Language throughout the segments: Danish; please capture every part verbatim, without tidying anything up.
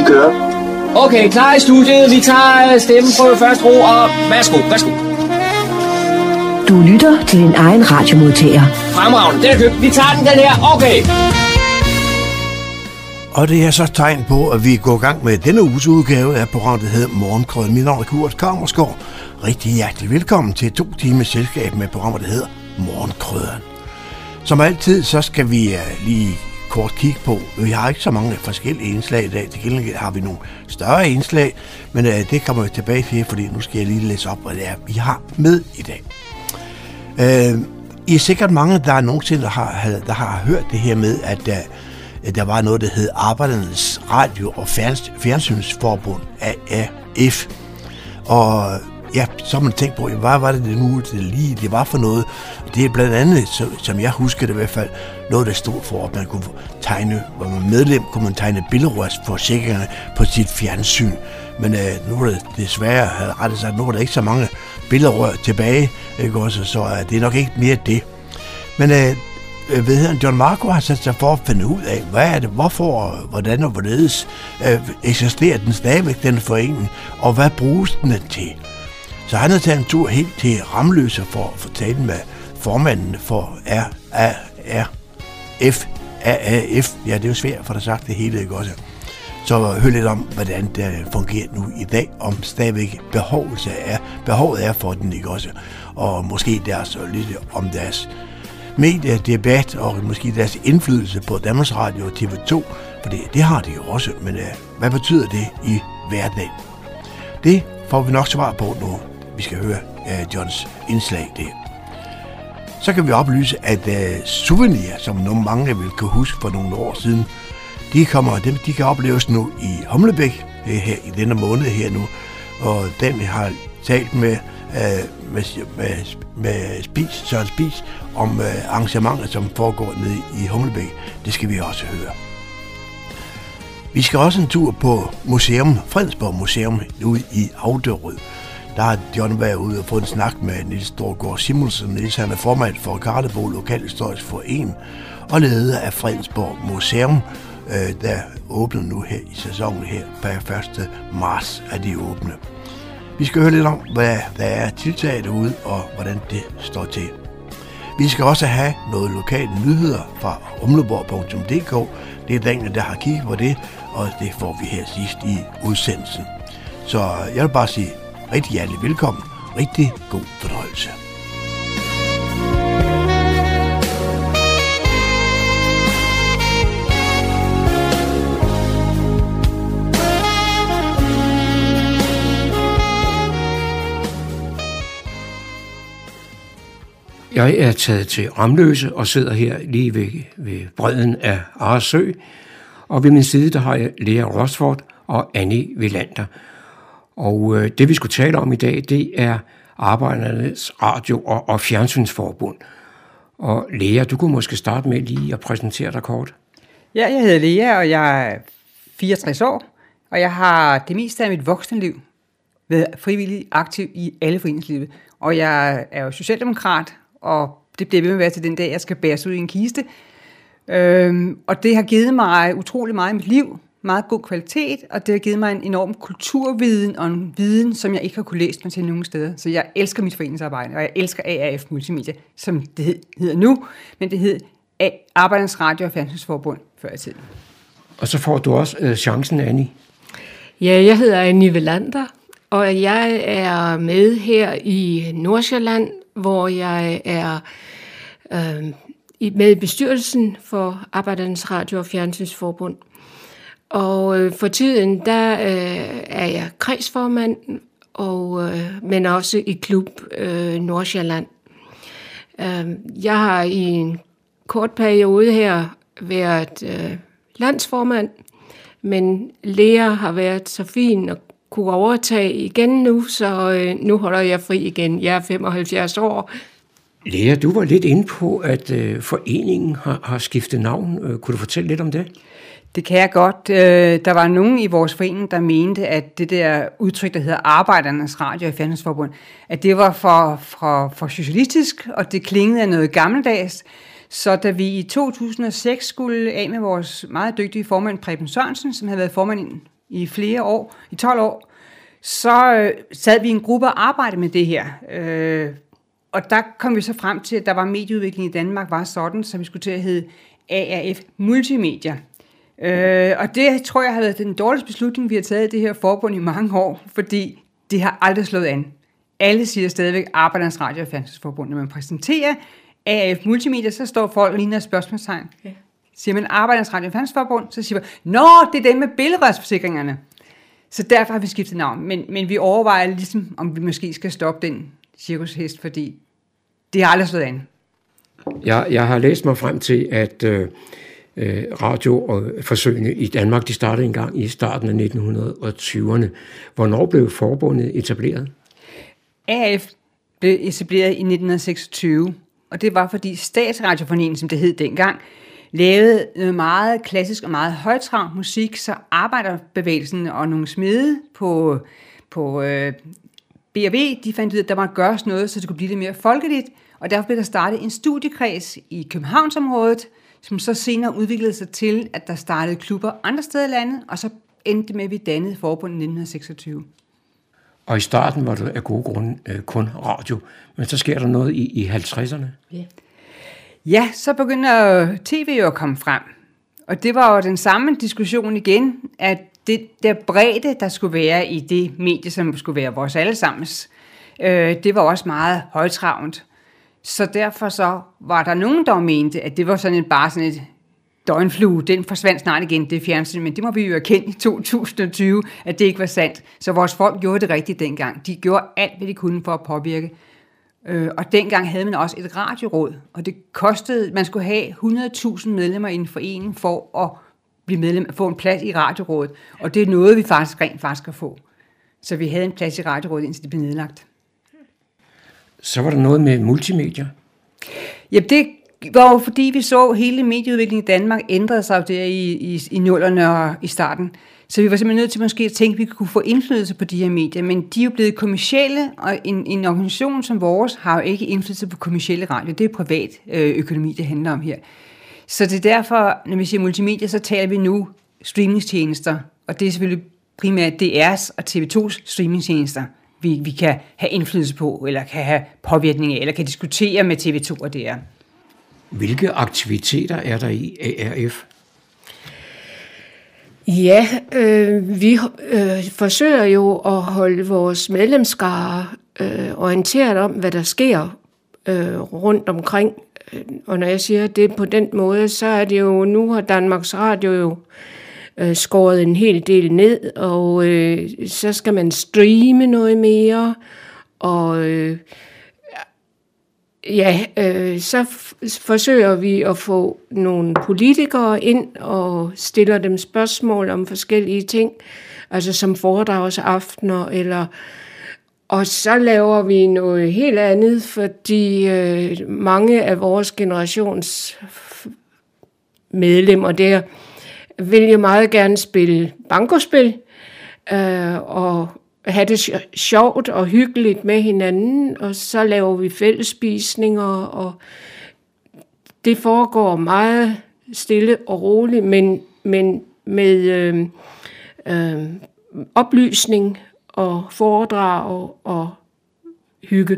kører. Okay, klar i studiet. Vi tager stemmen på første ro, og værsgo, værsgo. Du lytter til din egen radiomodtager. Fremragende, den er købt. Vi tager den, den her. Okay. Og det er så tegn på, at vi går i gang med denne uges udgave af programmet, der hedder Morgenkrøden. Mit navn er Kurt Kammersgaard. Rigtig hjertelig velkommen til to timers selskab med programmet, der hedder Morgenkrøden. Som altid, så skal vi uh, lige kort kigge på. Vi har ikke så mange forskellige indslag i dag. Til gengæld har vi nogle større indslag, men uh, det kommer vi tilbage til, fordi nu skal jeg lige læse op, hvad det er, vi har med i dag. Uh, I er sikkert mange, der nogensinde har, der har hørt det her med, at uh, der var noget, der hed Arbejdernes Radio- og Fjernsynsforbund, A A F. Og ja, så har man tænkt på, hvad var det nu, det lige det var for noget. Det er blandt andet, som jeg husker det i hvert fald, noget, der stod for, at man kunne tegne, hvor man medlem, kunne man tegne billedrørsforsikringerne på sit fjernsyn. Men øh, nu er det desværre, havde rettet sagt, nu er der ikke så mange billedrør tilbage, ikke også, så øh, det er nok ikke mere det. Men øh, ved han, John Marco har sat sig for at finde ud af, hvad er det, hvorfor, hvordan og hvorledes øh, eksisterer den stadigvæk, den forening, og hvad bruges den til. Så han har taget en tur helt til Ramløse for at få talt med formanden for R A R F. A A F, ja, det er jo svært for at sagt det hele, ikke også? Så hør lidt om, hvordan det fungerer nu i dag, om stadigvæk behovet er, behovet er for den, ikke også? Og måske deres, lidt om deres mediedebat og måske deres indflydelse på Danmarks Radio og T V to, for det, det har de jo også, men uh, hvad betyder det i hverdagen? Det får vi nok svar på, når vi skal høre uh, Johns indslag der. Så kan vi oplyse, at uh, Souvenir, som nogle mange vil kunne huske for nogle år siden, de, kommer, dem, de kan opleves nu i Humlebæk uh, her i denne måned her nu, og den har talt med Uh, med, med, med Spis, Søren Spis om uh, arrangementer, som foregår nede i Humlebæk. Det skal vi også høre. Vi skal også en tur på museum, Fredensborg Museum, ude i Auderød. Der har John været ude og fået en snak med Niels Storgård Simonsen. Niels, han er formand for Karlebo Lokalhistorisk Forening og leder af Fredensborg Museum, uh, der åbner nu her i sæsonen her per første marts er de åbne. Vi skal høre lidt om, hvad der er tiltaget derude, og hvordan det står til. Vi skal også have noget lokale nyheder fra humleborg punktum d k. Det er Daniel, der har kigget på det, og det får vi her sidst i udsendelsen. Så jeg vil bare sige rigtig hjertelig velkommen. Rigtig god fornøjelse. Jeg er taget til Ramløse og sidder her lige ved, ved bredden af Arresø. Og ved min side, der har jeg Lea Rosford og Annie Villander. Og øh, det, vi skulle tale om i dag, det er Arbejdernes Radio- og, og Fjernsynsforbund. Og Lea, du kunne måske starte med lige at præsentere dig kort. Ja, jeg hedder Lea, og jeg er fireogtres år. Og jeg har det meste af mit voksenliv været frivillig aktiv i alle foreningslivet. Og jeg er jo socialdemokrat, og det bliver ved med at være til den dag, jeg skal bæres ud i en kiste. Øhm, og det har givet mig utrolig meget i mit liv, meget god kvalitet, og det har givet mig en enorm kulturviden og en viden, som jeg ikke har kunne læse mig til nogen steder. Så jeg elsker mit foreningsarbejde, og jeg elsker A A F Multimedia, som det hedder nu, men det hed Arbejdernes Radio- og Fjernsynsforbund før i tiden. Og så får du også øh, chancen, Annie. Ja, jeg hedder Annie Villander, og jeg er med her i Nordsjælland, hvor jeg er øh, med i bestyrelsen for Arbejdernes Radio- og Fjernsynsforbund. Og øh, for tiden, der øh, er jeg kredsformand, og, øh, men også i klub øh, Nordsjælland. Øh, jeg har i en kort periode her været øh, landsformand, men Lea har været så fin at kunne overtage igen nu, så øh, nu holder jeg fri igen. Jeg er femoghalvfjerds år. Lea, du var lidt inde på, at øh, foreningen har, har skiftet navn. Øh, kunne du fortælle lidt om det? Det kan jeg godt. Øh, der var nogen i vores forening, der mente, at det der udtryk, der hedder Arbejdernes Radio- og Fjernsynsforbund, at det var for, for, for socialistisk, og det klingede af noget gammeldags. Så da vi i to tusind og seks skulle af med vores meget dygtige formand, Preben Sørensen, som havde været formand i flere år, i tolv år, så øh, sad vi i en gruppe og arbejdede med det her. Øh, og der kom vi så frem til, at der var medieudvikling i Danmark, var sådan, så vi skulle til at hedde A R F Multimedia. Øh, og det tror jeg har været den dårligste beslutning, vi har taget i det her forbund i mange år, fordi det har aldrig slået an. Alle siger stadigvæk Arbejdernes Radio- og Fjernsynsforbund. Når man præsenterer A R F Multimedia, så står folk lige et spørgsmålstegn. Ja. Siger man Arbejdernes Radio- og Fjernsynsforbund, så siger man, nå, det er dem med billedrørsforsikringerne. Så derfor har vi skiftet navn. Men, men vi overvejer ligesom, om vi måske skal stoppe den cirkushest, fordi det har aldrig slået an. Jeg, jeg har læst mig frem til, at øh, radioforsøgene i Danmark, de startede engang i starten af nitten tyverne. Hvornår blev forbundet etableret? A F blev etableret i nitten seksogtyve, og det var fordi Statsradioforeningen, som det hed dengang, lavede noget meget klassisk og meget højtramt musik, så arbejderbevægelsen og nogle smede på, på øh, B og V, de fandt ud af, at der måtte gøres noget, så det kunne blive lidt mere folkeligt, og derfor blev der startet en studiekreds i Københavnsområdet, som så senere udviklede sig til, at der startede klubber andre steder i landet, og så endte det med, at vi dannede forbundet i nitten seksogtyve. Og i starten var det af gode grunde øh, kun radio, men så sker der noget i, i halvtredserne. Yeah. Ja, så begynder tv jo at komme frem. Og det var jo den samme diskussion igen, at det der bredde, der skulle være i det medie, som skulle være vores allesammens, øh, det var også meget højtravnt. Så derfor så var der nogen, der mente, at det var sådan et, bare sådan et døgnflue. Den forsvandt snart igen, det fjernsyn, men det må vi jo erkende i to tusind og tyve, at det ikke var sandt. Så vores folk gjorde det rigtigt dengang. De gjorde alt, hvad de kunne for at påvirke. Og dengang havde man også et radioråd, og det kostede, man skulle have hundrede tusind medlemmer i en forening for at blive medlem, at få en plads i radiorådet. Og det er noget, vi faktisk rent faktisk kan få. Så vi havde en plads i radiorådet, indtil det blev nedlagt. Så var der noget med multimedier. Ja, det var jo fordi, vi så hele medieudviklingen i Danmark ændrede sig der i, i, i nullerne og i starten. Så vi var simpelthen nødt til måske at tænke, at vi kunne få indflydelse på de her medier, men de er jo blevet kommercielle, og en, en organisation som vores har jo ikke indflydelse på kommercielle radio. Det er privat øh, økonomi, det handler om her. Så det er derfor, når vi siger multimedia, så taler vi nu streamingtjenester, og det er selvfølgelig primært D R's og T V to's streamingtjenester, vi, vi kan have indflydelse på, eller kan have påvirkning af, eller kan diskutere med T V to og D R. Hvilke aktiviteter er der i A R F? Ja, øh, vi øh, forsøger jo at holde vores medlemskare øh, orienteret om, hvad der sker øh, rundt omkring. Og når jeg siger det på den måde, så er det jo, nu har Danmarks Radio jo øh, skåret en hel del ned, og øh, så skal man streame noget mere, og øh, ja, øh, så f- forsøger vi at få nogle politikere ind og stiller dem spørgsmål om forskellige ting, altså som foredragsaftener, eller, og så laver vi noget helt andet, fordi øh, mange af vores generations medlemmer der vil jo meget gerne spille bankospil, øh, og have det sjovt og hyggeligt med hinanden, og så laver vi fællesspisninger, og det foregår meget stille og roligt, men, men med øh, øh, oplysning og foredrag og, og hygge.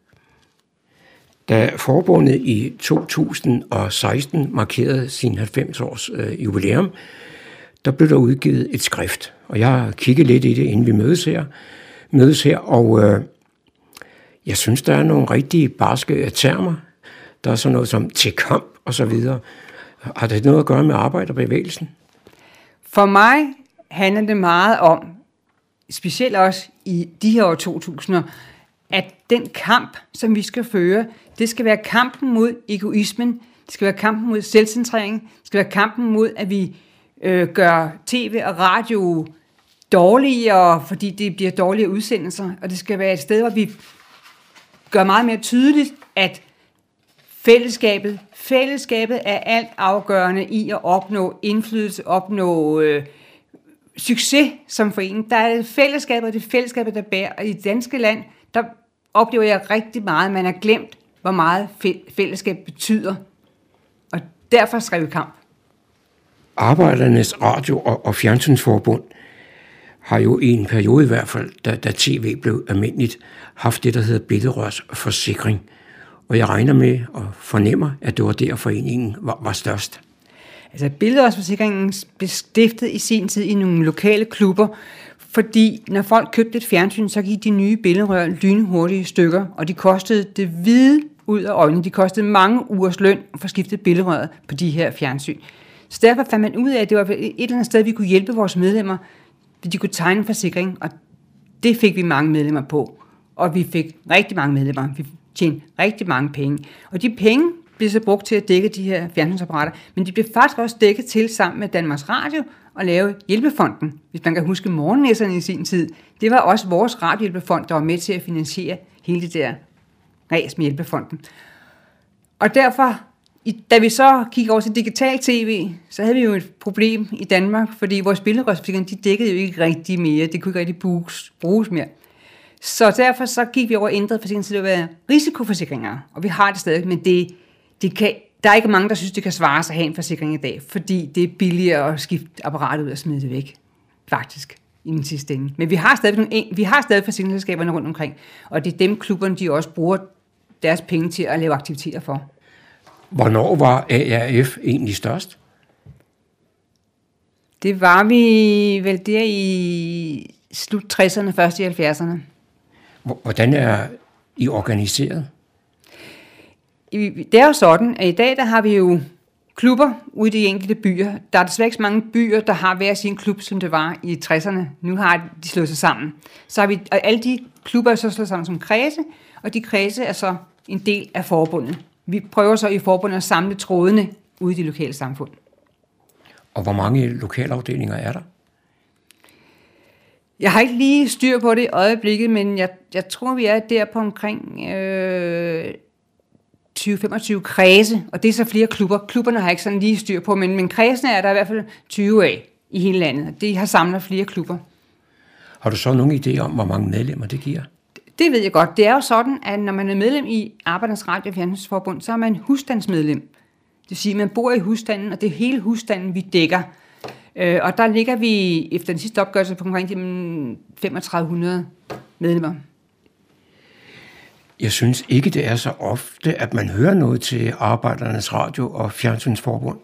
Da forbundet i to tusind og seksten markerede sin halvfems års øh, jubilæum, der blev der udgivet et skrift, og jeg har kigget lidt i det, inden vi mødes her, mødes her og øh, jeg synes, der er nogle rigtig barske termer. Der er sådan noget som til kamp og så videre. Har det noget at gøre med arbejderbevægelsen? For mig handler det meget om, specielt også i de her år to tusinder, at den kamp, som vi skal føre, det skal være kampen mod egoismen, det skal være kampen mod selvcentrering, det skal være kampen mod, at vi øh, gør tv og radio dårligere, fordi det bliver dårligere udsendelser, og det skal være et sted, hvor vi gør meget mere tydeligt, at fællesskabet, fællesskabet er alt afgørende i at opnå indflydelse, opnå øh, succes som forening. Der er fællesskabet, og det er fællesskabet, der bærer. Og i det danske land, der oplever jeg rigtig meget, man har glemt, hvor meget fællesskab betyder. Og derfor skrev vi kamp. Arbejdernes Radio- og, og Fjernsynsforbund har jo i en periode i hvert fald, da, da tv blev almindeligt, haft det, der hedder billedrørsforsikring. Og jeg regner med og fornemmer, at det var der, foreningen var, var størst. Altså billedrørsforsikringen blev stiftet i sin tid i nogle lokale klubber, fordi når folk købte et fjernsyn, så gik de nye billedrør lynhurtige stykker, og de kostede det hvide ud af øjnene. De kostede mange ugers løn for at skifte billedrøret på de her fjernsyn. Så derfor fandt man ud af, at det var et eller andet sted, vi kunne hjælpe vores medlemmer, de kunne tegne en forsikring, og det fik vi mange medlemmer på. Og vi fik rigtig mange medlemmer. Vi tjente rigtig mange penge. Og de penge blev så brugt til at dække de her fjernsynsapparater, men de blev faktisk også dækket til sammen med Danmarks Radio og lave Hjælpefonden. Hvis man kan huske morgennæsserne i sin tid, det var også vores radiohjælpefond, der var med til at finansiere hele det der ræs med Hjælpefonden. Og derfor, da vi så gik over til digital tv, så havde vi jo et problem i Danmark, fordi vores billedrørsforsikring, de dækkede jo ikke rigtig mere. Det kunne ikke rigtig bruges, bruges mere. Så derfor så gik vi over og ændrede forsikringen til at være risikoforsikringer. Og vi har det stadig, men det, det kan, der er ikke mange, der synes, det kan svare sig at have en forsikring i dag, fordi det er billigere at skifte apparatet ud og smide det væk, faktisk, i den sidste ende. Men vi har stadig, nogle, vi har stadig forsikringsselskaberne rundt omkring, og det er dem, klubberne de også bruger deres penge til at lave aktiviteter for. Hvornår var A R F egentlig størst? Det var vi vel der i slut tresserne, først i halvfjerdserne. Hvordan er I organiseret? Det er jo sådan, at i dag der har vi jo klubber ude i de enkelte byer. Der er desværre ikke så mange byer, der har hver sin klub, som det var i tresserne. Nu har de slået sig sammen. Så har vi, og alle de klubber er så slået sammen som kredse, og de kredse er så en del af forbundet. Vi prøver så i forbundet at samle trådene ude i de lokale samfund. Og hvor mange lokalafdelinger er der? Jeg har ikke lige styr på det i øjeblikket, men jeg, jeg tror, vi er der på omkring øh, tyve til femogtyve kredse, og det er så flere klubber. Klubberne har ikke sådan lige styr på, men, men kredsene er der i hvert fald tyve af i hele landet. De har samlet flere klubber. Har du så nogen idé om, hvor mange medlemmer det giver? Det ved jeg godt. Det er jo sådan, at når man er medlem i Arbejdernes Radio- og Fjernsynsforbund, så er man husstandsmedlem. Det vil sige, at man bor i husstanden, og det er hele husstanden, vi dækker. Øh, og der ligger vi efter den sidste opgørelse på omkring femogtredive hundrede medlemmer. Jeg synes ikke, det er så ofte, at man hører noget til Arbejdernes Radio- og Fjernsynsforbund.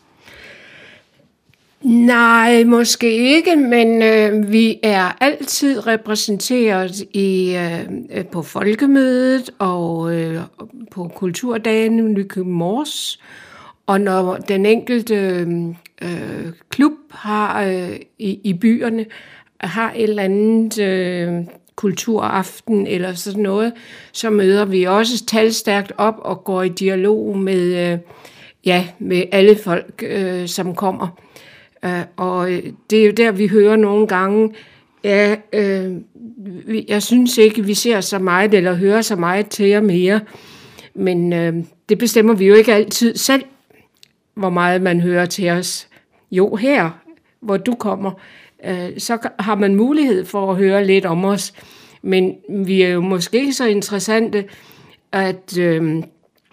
Nej, måske ikke, men øh, vi er altid repræsenteret i, øh, på folkemødet og øh, på kulturdagen Nykøbing Mors. Og når den enkelte øh, klub har øh, i, i byerne har et eller andet øh, kulturaften eller sådan noget, så møder vi også talstærkt op og går i dialog med, øh, ja, med alle folk, øh, som kommer. Uh, og det er jo der, vi hører nogle gange, ja, øh, jeg synes ikke, vi ser så meget eller hører så meget til jer mere, men øh, det bestemmer vi jo ikke altid selv, hvor meget man hører til os. Jo, her, hvor du kommer, øh, så har man mulighed for at høre lidt om os, men vi er jo måske ikke så interessante, at... Øh,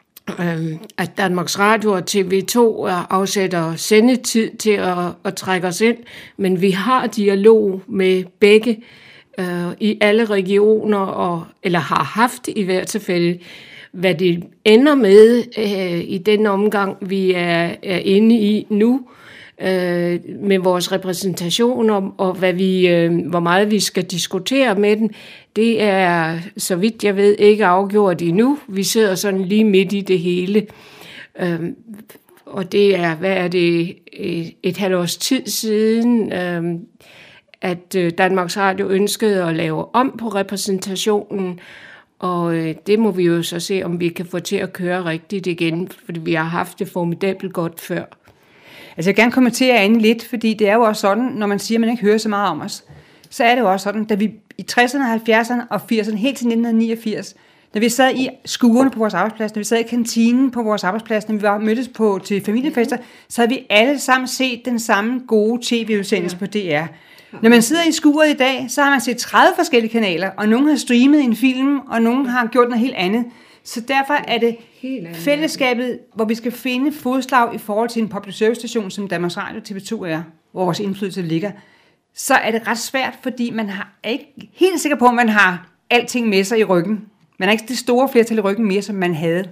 at Danmarks Radio og T V to afsætter sendetid til at, at trække os ind, men vi har dialog med begge øh, i alle regioner, og, eller har haft i hvert tilfælde. Hvad det ender med øh, i den omgang, vi er, er inde i nu, øh, med vores repræsentationer, og hvad vi, øh, hvor meget vi skal diskutere med den, det er, så vidt jeg ved, ikke afgjort endnu. Vi sidder sådan lige midt i det hele. Øhm, og det er, hvad er det, et, et halvt års tid siden, øhm, at Danmarks Radio ønskede at lave om på repræsentationen. Og øh, det må vi jo så se, om vi kan få til at køre rigtigt igen, fordi vi har haft det formidabelt godt før. Altså jeg vil gerne kommentere Anne lidt, fordi det er jo også sådan, når man siger, at man ikke hører så meget om os, så er det jo også sådan, da vi i tresserne, halvfjerdserne og firserne, helt til nitten niogfirs, når vi sad i skuerne på vores arbejdsplads, når vi sad i kantinen på vores arbejdsplads, når vi var mødtes på til familiefester, så havde vi alle sammen set den samme gode tv-udsendelse på D R. Når man sidder i skuret i dag, så har man set tredive forskellige kanaler, og nogen har streamet en film, og nogen har gjort noget helt andet. Så derfor er det fællesskabet, hvor vi skal finde fodslag i forhold til en public service station, som Danmarks Radio og T V to er, hvor vores indflydelse ligger. så er det ret svært, fordi man har, er ikke helt sikker på, at man har alting med sig i ryggen. Man har ikke det store flertal i ryggen mere, som man havde.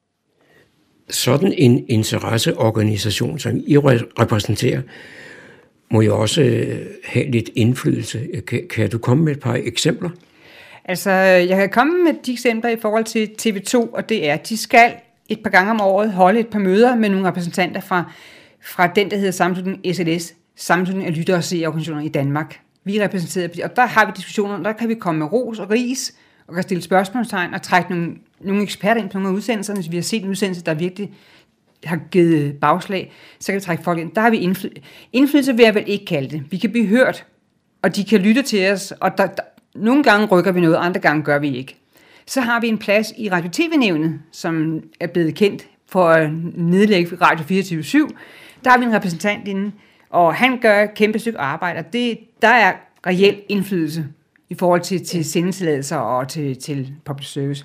Sådan en interesseorganisation, som I repræsenterer, må jo også have lidt indflydelse. Kan, kan du komme med et par eksempler? Altså, jeg kan komme med de eksempler i forhold til T V to, og det er, at de skal et par gange om året holde et par møder med nogle repræsentanter fra, fra den, der hedder Sammenslutningen S L S, Sammenslutningen af Lytter- og Seerorganisationer i Danmark. Vi er repræsenteret, og der har vi diskussioner, der kan vi komme med ros og ris, og kan stille spørgsmålstegn og trække nogle, nogle eksperter ind på nogle af udsendelserne. Hvis vi har set en udsendelse, der virkelig har givet bagslag, så kan vi trække folk ind. Der har vi indflydelse. Indflydelse vil jeg vel ikke kalde det. Vi kan blive hørt, og de kan lytte til os, og der, der, nogle gange rykker vi noget, andre gange gør vi ikke. Så har vi en plads i Radio- og T V-nævnet, som er blevet kendt for at nedlægge Radio fireogtyve syv. Der har vi en repræsentant inde, og han gør et kæmpe stykke arbejde, og det, der er reel indflydelse i forhold til, til sendetilladelser og til, til public service.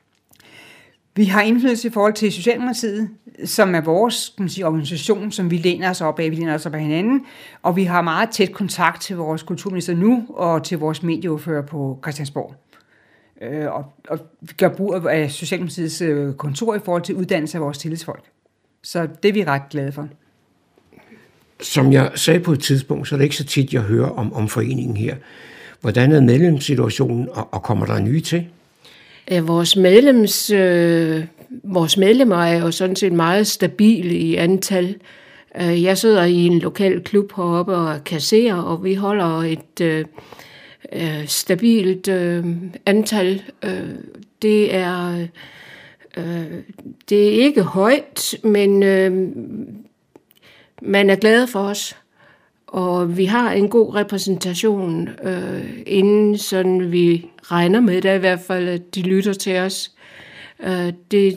Vi har indflydelse i forhold til Socialdemokratiet, som er vores, kan man sige, organisation, som vi læner os op af, vi læner os op af hinanden, og vi har meget tæt kontakt til vores kulturminister nu, og til vores medieordfører på Christiansborg. Og, og vi gør brug af Socialdemokratiets kontor i forhold til uddannelse af vores tillidsfolk. Så det er vi ret glade for. Som jeg sagde på et tidspunkt, så er det ikke så tit, jeg hører om, om foreningen her. Hvordan er medlemssituationen, og, og kommer der nye til? Vores, medlems, øh, vores medlemmer er jo sådan set meget stabile i antal. Jeg sidder i en lokal klub heroppe og kasserer, og vi holder et øh, øh, stabilt øh, antal. Øh, det er øh, det er ikke højt, men øh, man er glad for os. Og vi har en god repræsentation, øh, inden sådan vi regner med det i hvert fald, at de lytter til os. Øh, det,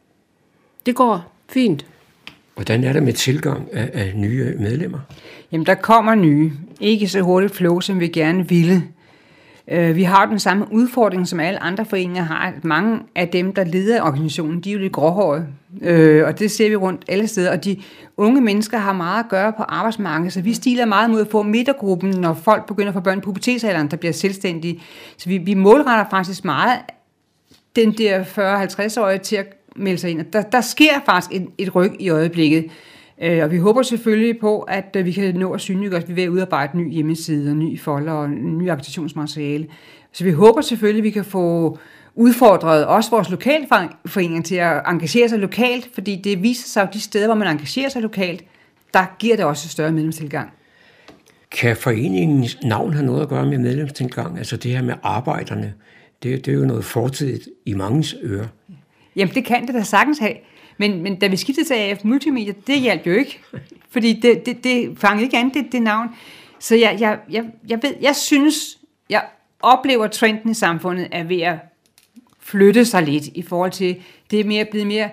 det går fint. Hvordan er det med tilgang af, af nye medlemmer? Jamen, der kommer nye. Ikke så hurtigt flow, som vi gerne ville. Øh, vi har den samme udfordring, som alle andre foreninger har. Mange af dem, der leder organisationen, de er jo lidt gråhårede. Øh, og det ser vi rundt alle steder. Og de unge mennesker har meget at gøre på arbejdsmarkedet, så vi stiler meget mod at få midtergruppen, når folk begynder at få børn i pubertetsalderen, der bliver selvstændige. Så vi, vi målretter faktisk meget den der fyrre halvtreds-årige til at melde sig ind. Og der, der sker faktisk et, et ryg i øjeblikket. Øh, og vi håber selvfølgelig på, at øh, vi kan nå at synliggøre, at vi er ved at udarbejde ny hjemmeside, og ny folder og ny agitationsmateriale. Så vi håber selvfølgelig, at vi kan få udfordret også vores lokalforeninger til at engagere sig lokalt, fordi det viser sig, at de steder, hvor man engagerer sig lokalt, der giver det også større medlemstilgang. Kan foreningens navn have noget at gøre med medlemstilgang? Altså det her med arbejderne, det, det er jo noget fortidigt i manges ører. Jamen det kan det da sagtens have. Men, men da vi skiftede til A F Multimedia, det hjalp jo ikke. Fordi det, det, det fangede ikke an, det, det navn. Så jeg, jeg, jeg, jeg, ved, jeg synes, jeg oplever trenden i samfundet er ved at flytte sig lidt i forhold til, det er mere blevet mere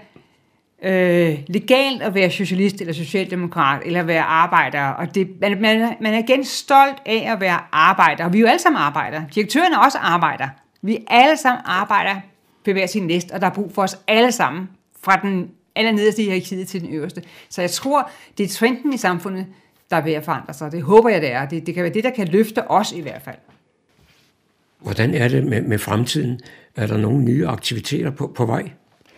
øh, legalt at være socialist eller socialdemokrat eller være arbejder. Og det, man, man, man er igen stolt af at være arbejder. Og vi er jo alle sammen arbejder. Direktøren er også arbejder. Vi alle sammen arbejder på hver sin næst, og der er brug for os alle sammen, fra den allernederste hierarkiet til den øverste. Så jeg tror, det er trenden i samfundet, der er ved at forandre sig. Det håber jeg, det er. Det, det kan være det, der kan løfte os i hvert fald. Hvordan er det med, med fremtiden? Er der nogle nye aktiviteter på, på vej?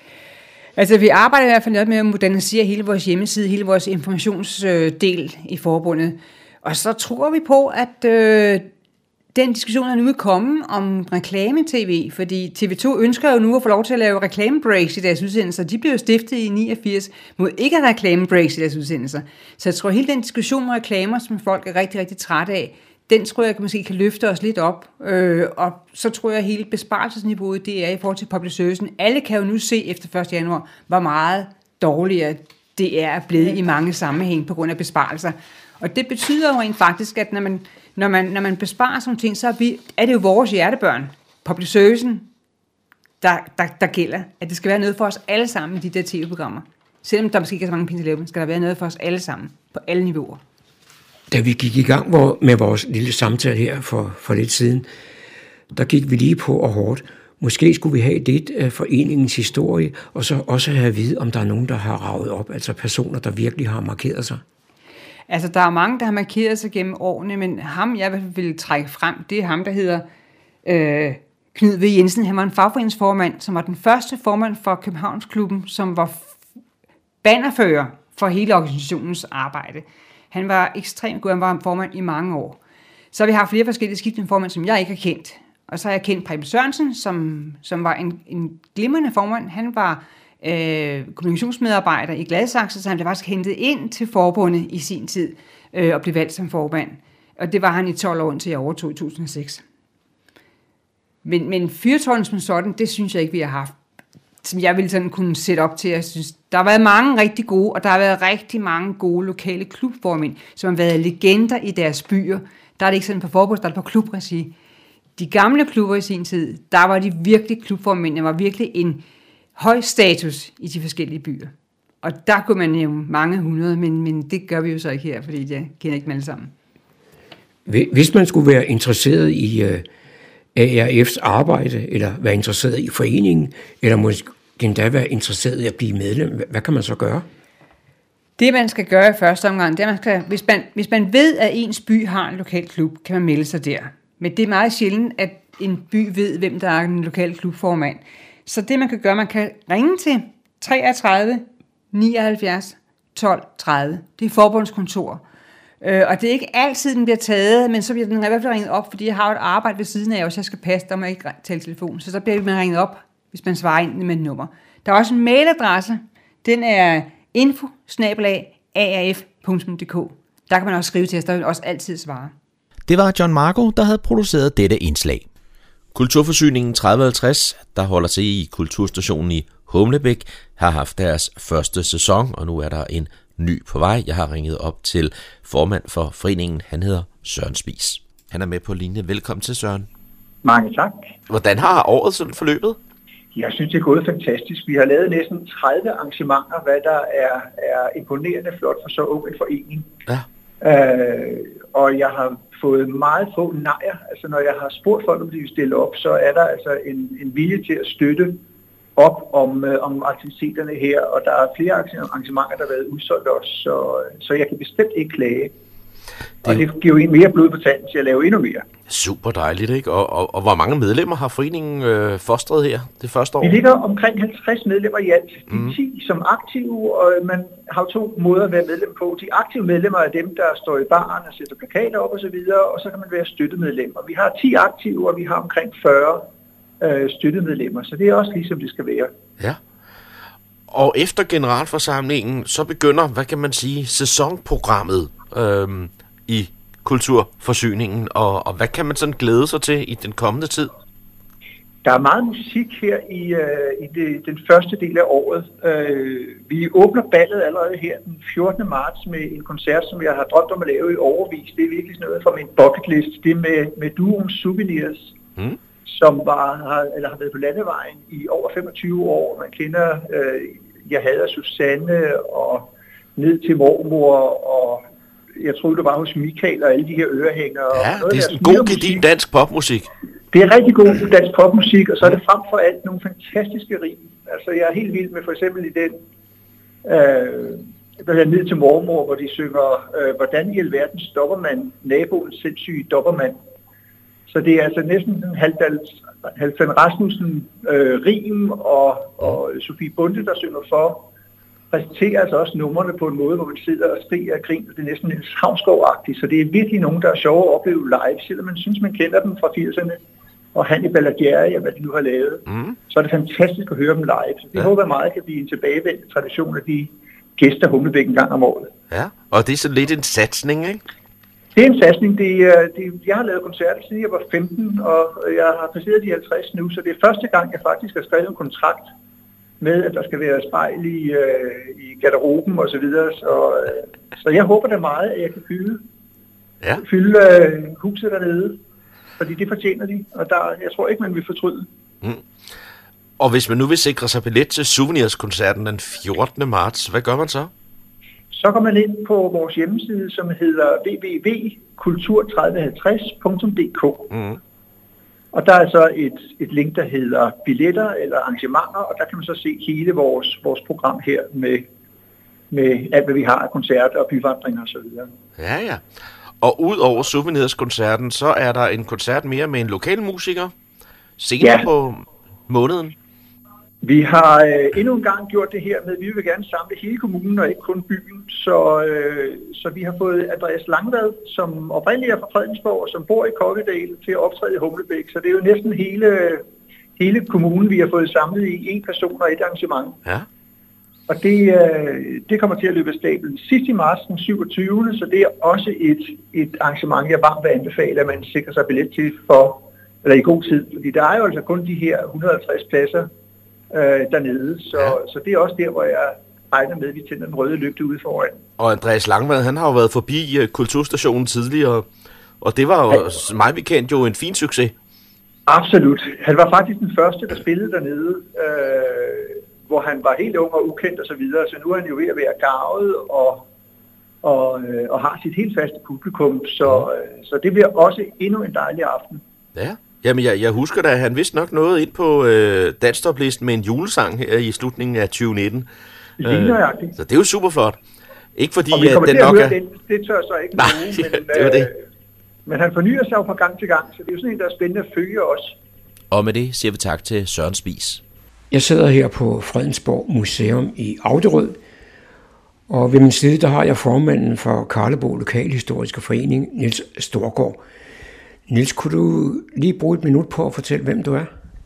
Altså, vi arbejder i hvert fald med at modernisere hele vores hjemmeside, hele vores informationsdel i forbundet. Og så tror vi på, at øh, den diskussion er nu vil komme om reklame-tv, fordi T V to ønsker jo nu at få lov til at lave reklamebreaks i deres udsendelser. De blev jo stiftet i niogfirs mod ikke at have reklamebreaks i deres udsendelser. Så jeg tror, at hele den diskussion med reklamer, som folk er rigtig, rigtig trætte af, den tror jeg måske kan løfte os lidt op. Øh, og så tror jeg, at hele besparelsesniveauet, det er i forhold til public servicen. Alle kan jo nu se efter første januar, hvor meget dårligere det er blevet i mange sammenhæng på grund af besparelser. Og det betyder jo rent faktisk, at når man, når man, når man besparer sådan ting, så er, vi, er det jo vores hjertebørn, public servicen, der, der, der gælder. At det skal være noget for os alle sammen i de der tv-programmer. Selvom der måske ikke er så mange penge til at lave, skal der være noget for os alle sammen, på alle niveauer. Da vi gik i gang med vores lille samtale her for, for lidt siden, der gik vi lige på og hårdt. Måske skulle vi have lidt af foreningens historie, og så også have at vide, om der er nogen, der har raget op, altså personer, der virkelig har markeret sig. Altså, der er mange, der har markeret sig gennem årene, men ham, jeg vil trække frem, det er ham, der hedder øh, Knud V. Jensen. Han var en fagforeningsformand, som var den første formand for Københavnsklubben, som var bannerfører for hele organisationens arbejde. Han var ekstremt god, han var formand i mange år. Så har vi haft flere forskellige skiftende formand, som jeg ikke har kendt. Og så har jeg kendt Preben Sørensen, som, som var en, en glimrende formand. Han var øh, kommunikationsmedarbejder i Gladsaxe, så han blev faktisk hentet ind til forbundet i sin tid øh, og blev valgt som formand. Og det var han i tolv år, indtil jeg overtog i to tusind og seks. Men, men fyrtårnen som sådan, det synes jeg ikke, vi har haft, som jeg ville sådan kunne sætte op til. Jeg synes, der har været mange rigtig gode, og der har været rigtig mange gode lokale klubformænd, som har været legender i deres byer. Der er det ikke sådan på forbunds, der er det på klubregi. De gamle klubber i sin tid, der var de virkelig klubformændene, var virkelig en høj status i de forskellige byer. Og der kunne man nævne mange hundrede, men, men det gør vi jo så ikke her, fordi jeg kender ikke dem alle sammen. Hvis man skulle være interesseret i uh, A R F's arbejde, eller være interesseret i foreningen, eller måske endda være interesseret i at blive medlem, hvad kan man så gøre? Det, man skal gøre i første omgang, det er, man skal, hvis, man, hvis man ved, at ens by har en lokal klub, kan man melde sig der. Men det er meget sjældent, at en by ved, hvem der er en lokal klubformand. Så det, man kan gøre, man kan ringe til treogtredive nioghalvfjerds tolv tredive. Det er forbundskontor. Øh, og det er ikke altid, den bliver taget, men så bliver den i hvert fald ringet op, fordi jeg har et arbejde ved siden af, og så jeg skal passe, der må jeg ikke tale telefon. Så så bliver man ringet op, hvis man svarer ind med et nummer. Der er også en mailadresse. Den er info snabel-a a r f punktum d k. Der kan man også skrive til os, der vil også altid svare. Det var John Marco, der havde produceret dette indslag. Kulturforsyningen tredive halvtreds, der holder til i Kulturstationen i Humlebæk, har haft deres første sæson, og nu er der en ny på vej. Jeg har ringet op til formand for foreningen. Han hedder Søren Spies. Han er med på linje. Velkommen til, Søren. Mange tak. Hvordan har året sådan forløbet? Jeg synes, det er gået fantastisk. Vi har lavet næsten tredive arrangementer, hvad der er, er imponerende flot for så ung en forening. Ja. Øh, og jeg har fået meget få nejer. Altså, når jeg har spurgt folk, om de vil stille op, så er der altså en, en vilje til at støtte op om, øh, om aktiviteterne her. Og der er flere arrangementer, der har været udsolgt også, så, så jeg kan bestemt ikke klage. Det... Og det giver jo en mere blod på tanden til at lave endnu mere. Super dejligt, ikke? Og, og, og hvor mange medlemmer har foreningen øh, fostret her det første år? Vi ligger omkring halvtreds medlemmer i alt. De mm. ti som aktive, og man har to måder at være medlem på. De aktive medlemmer er dem, der står i baren og sætter plakater op og så videre, og så kan man være støttemedlemmer. Vi har ti aktive, og vi har omkring fyrre øh, støttemedlemmer, så det er også ligesom det skal være. Ja. Og efter generalforsamlingen, så begynder, hvad kan man sige, sæsonprogrammet øh, i Kulturforsyningen, og, og hvad kan man sådan glæde sig til i den kommende tid? Der er meget musik her i, øh, i det, den første del af året. Øh, vi åbner ballet allerede her den fjortende marts med en koncert, som jeg har drømt om at lave i overvis. Det er virkelig sådan noget fra min bucket list. Det er med, med duoen Souvenirs, mm. som var, har, eller har været på landevejen i over femogtyve år. Man kender øh, Jeg hader Susanne og Ned til mormor, og jeg troede, det var hos Michael og alle de her ørehængere. Ja, det er sådan god gedin dansk popmusik. Det er rigtig god dansk popmusik, og så er det frem for alt nogle fantastiske rim. Altså, jeg er helt vild med for eksempel i den, øh, der hedder Ned til mormor, hvor de synger, øh, hvordan i alverden stopper man naboens sindssyge doppermand. Så det er altså næsten en Halfdan Rasmussen øh, rim, og, og Sofie Bunde, der synger for, præsenterer altså også numrene på en måde, hvor man sidder og skriger og griner. Det er næsten en Havsgaard-agtigt, så det er virkelig nogen, der er sjove at opleve live, selvom man synes, man kender dem fra firserne, og Hannibal og Jerry, og hvad de nu har lavet. Mm. Så er det fantastisk at høre dem live. Så det ja. håber jeg meget kan blive en tilbagevendt tradition af de gæster Humlebæk en gang om året. Ja, og det er så lidt en satsning, ikke? Det er en satsning. Det, det, jeg har lavet koncerter siden jeg var femten, og jeg har passeret de halvtreds nu, så det er første gang, jeg faktisk har skrevet en kontrakt med, at der skal være spejl i, øh, i garderoben og så videre. Så, øh, så jeg håber da meget, at jeg kan fylde, ja. fylde øh, huset dernede, fordi det fortjener de, og der, jeg tror ikke, man vil fortryde. Mm. Og hvis man nu vil sikre sig billet til Souvenirs-koncerten den fjortende marts, hvad gør man så? Så går man ind på vores hjemmeside, som hedder w w w punktum kultur tredive halvtreds punktum d k. Mm. Og der er så et, et link, der hedder billetter eller arrangementer, og der kan man så se hele vores, vores program her med med alt, hvad vi har af koncerter og byvandringer osv. Ja, ja. Og ud over Souvenirs-koncerten, så er der en koncert mere med en lokal musiker senere ja. på måneden. Vi har øh, endnu en gang gjort det her med, at vi vil gerne samle hele kommunen og ikke kun byen. Så, øh, så vi har fået Andreas Langvad, som oprindeligt er fra Fredensborg og som bor i Kokkedal, til at optræde i Humlebæk. Så det er jo næsten hele, hele kommunen, vi har fået samlet i en person og et arrangement. Ja. Og det, øh, det kommer til at løbe af stablen sidst i marts den syvogtyvende Så det er også et, et arrangement, jeg varmt vil anbefale, at man sikrer sig billet til for, eller i god tid. Fordi der er jo altså kun de her et hundrede og halvtreds pladser øh, dernede. Så, ja. så det er også der, hvor jeg regner med, at vi tænder den røde lygte ude foran. Og Andreas Langvad, han har jo været forbi uh, Kulturstationen tidligere, og det var jo ja. mig bekendt jo en fin succes. Absolut. Han var faktisk den første, der spillede dernede, øh, hvor han var helt ung og ukendt og så videre, så nu er han jo ved at være garvet og, og, øh, og har sit helt faste publikum, så, øh, så det bliver også endnu en dejlig aften. Ja, jamen jeg, jeg husker da, at han vist nok noget ind på øh, Danstoplisten med en julesang her i slutningen af tyve nitten. Lige nøjagtigt. Øh, så det er jo super flot. Ikke fordi, og vi kommer at den til at nok høre er... den, det tør så ikke Nej, nogen, men, det var det. Øh, men han fornyer sig jo fra gang til gang, så det er jo sådan en, der er spændende at følge os. Og med det siger vi tak til Søren Spies. Jeg sidder her på Fredensborg Museum i Auderød, og ved min side der har jeg formanden for Karlebo Lokalhistoriske Forening, Niels Storgård. Niels, kunne du lige bruge et minut på at fortælle, hvem du er?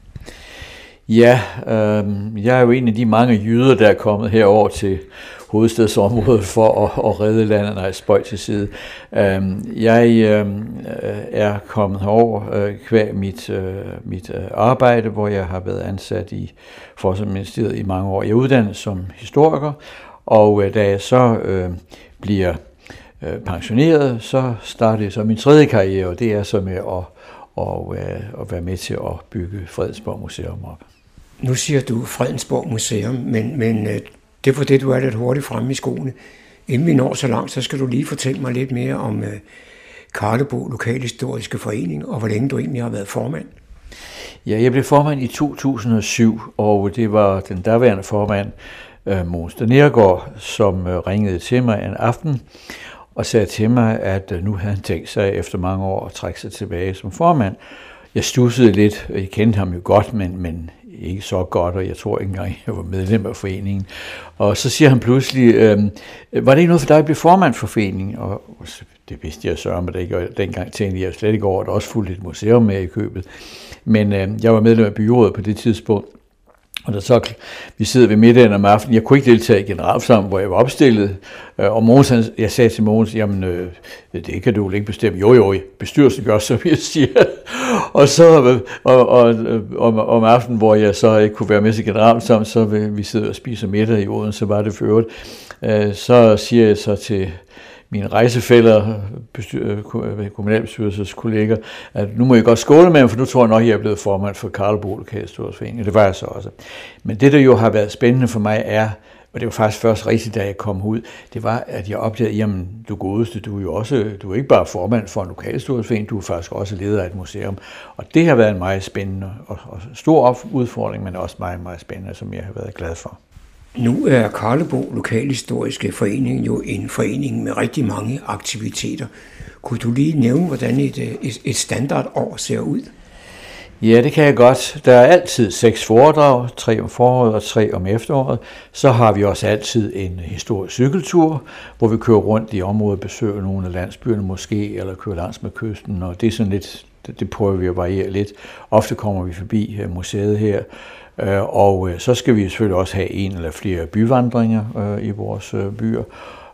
Ja, øh, jeg er jo en af de mange jyder, der er kommet herover til hovedstadsområdet for at, at redde landet, når jeg spøj til side. Øh, jeg øh, er kommet herover øh, kvæg mit, øh, mit øh, arbejde, hvor jeg har været ansat i Forsvarsministeriet i mange år. Jeg er uddannet som historiker, og øh, da jeg så øh, bliver øh, pensioneret, så startede jeg så min tredje karriere, og det er så med at, og, øh, at være med til at bygge Fredensborg Museum op. Nu siger du Fredensborg Museum, men, men øh, det er for det, du er lidt hurtigt fremme i skoene. Inden vi når så langt, så skal du lige fortælle mig lidt mere om øh, Karlebo Lokalhistoriske Forening, og hvor længe du egentlig har været formand. Ja, jeg blev formand i to tusind og syv, og det var den daværende formand, øh, Mogens Nergård, som øh, ringede til mig en aften og sagde til mig, at øh, nu havde han tænkt sig efter mange år at trække sig tilbage som formand. Jeg stussede lidt, og jeg kendte ham jo godt, men, men ikke så godt, og jeg tror ikke engang, jeg var medlem af foreningen. Og så siger han pludselig, øh, var det ikke noget for dig at blive formand for foreningen? Og det vidste jeg så, men det ikke, og dengang tænkte jeg slet ikke over, at der også fulgte et museum med i købet. Men øh, jeg var medlem af byrådet på det tidspunkt, og der så, vi sidder ved middagen om aftenen, jeg kunne ikke deltage i generalforsamlingen, hvor jeg var opstillet, og Mogens, jeg sagde til Mogens, jamen øh, det kan du ikke bestemme, jo jo, bestyrelsen gør, som jeg siger, og så og, og, om, om aftenen, hvor jeg så ikke kunne være med til generalforsamlingen, så vi sidder og spiser middag i Odense, så var det for øvrigt, øh, så siger jeg så til mine rejsefæller, kommunalbestyrelses kolleger, at nu må jeg godt skåle med ham, for nu tror jeg nok, jeg er blevet formand for Karlebo Lokalhistoriske Forening. Det var jeg så også. Men det, der jo har været spændende for mig, er, og det var faktisk først rigtigt, da jeg kom ud, det var, at jeg opdagede, jamen, du godeste, du er jo også, du er ikke bare formand for en lokalhistorisk forening, du er faktisk også leder af et museum. Og det har været en meget spændende og, og stor udfordring, men også meget, meget spændende, som jeg har været glad for. Nu er Karlebo Lokalhistoriske Forening jo en forening med rigtig mange aktiviteter. Kunne du lige nævne, hvordan et, et, et standardår ser ud? Ja, det kan jeg godt. Der er altid seks foredrag, tre om foråret og tre om efteråret. Så har vi også altid en historisk cykeltur, hvor vi kører rundt i området, besøger nogle af landsbyerne måske, eller kører langs med kysten, og det er sådan lidt, det, det prøver vi at variere lidt. Ofte kommer vi forbi museet her, og så skal vi selvfølgelig også have en eller flere byvandringer i vores byer.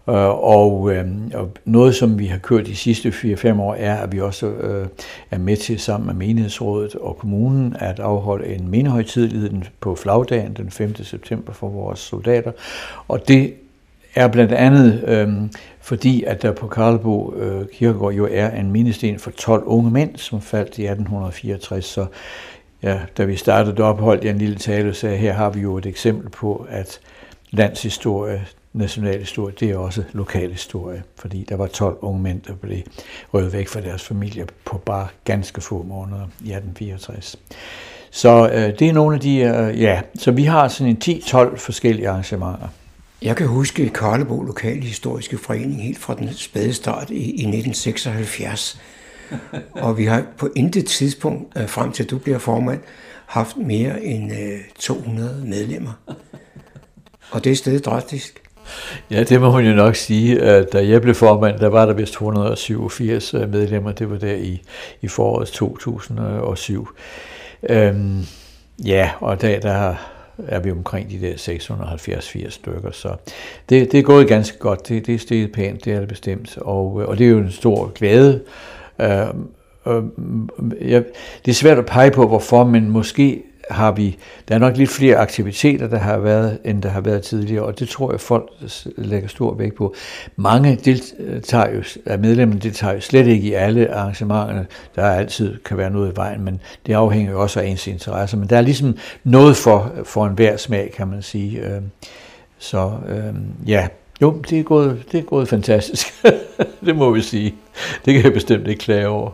Og, og noget, som vi har kørt de sidste fire fem år, er, at vi også er med til sammen med menighedsrådet og kommunen at afholde en mindehøjtidelighed på flagdagen den femte september for vores soldater. Og det er blandt andet øh, fordi, at der på Karlebo øh, Kirkegård jo er en mindesten for tolv unge mænd, som faldt i atten fireogtres. Så ja, da vi startede op, holdt jeg en lille tale og sagde, her har vi jo et eksempel på, at landshistorie, nationalhistorie, det er også lokalhistorie, fordi der var tolv unge mænd, der blev røvet væk fra deres familier på bare ganske få måneder i atten fireogtres. Så øh, det er nogle af de, øh, ja, så vi har sådan en ti tolv forskellige arrangementer. Jeg kan huske Karlebo Lokalhistoriske Forening helt fra den spæde start i, i nitten seksoghalvfjerds. Og vi har på intet tidspunkt, øh, frem til du bliver formand, haft mere end øh, to hundrede medlemmer. Og det er stadig drastisk. Ja, det må hun jo nok sige. Da jeg blev formand, der var der vist et hundrede og syvogfirs medlemmer. Det var der i, i foråret to tusind og syv. Øhm, ja, og der, der er vi omkring de der seks hundrede og halvfjerds firs stykker. Så det, det er gået ganske godt. Det, det er steget pænt, det er det bestemt. Og, og det er jo en stor glæde. Øhm, øhm, ja, det er svært at pege på, hvorfor, men måske har vi, der er nok lidt flere aktiviteter, der har været, end der har været tidligere, og det tror jeg, folk lægger stor vægt på. Mange deltager jo, af medlemmerne deltager jo slet ikke i alle arrangementerne. Der er altid kan være noget i vejen, men det afhænger jo også af ens interesser. Men der er ligesom noget for, for enhver smag, kan man sige. Så ja, jo, det er gået, det er gået fantastisk. Det må vi sige. Det kan jeg bestemt ikke klage over.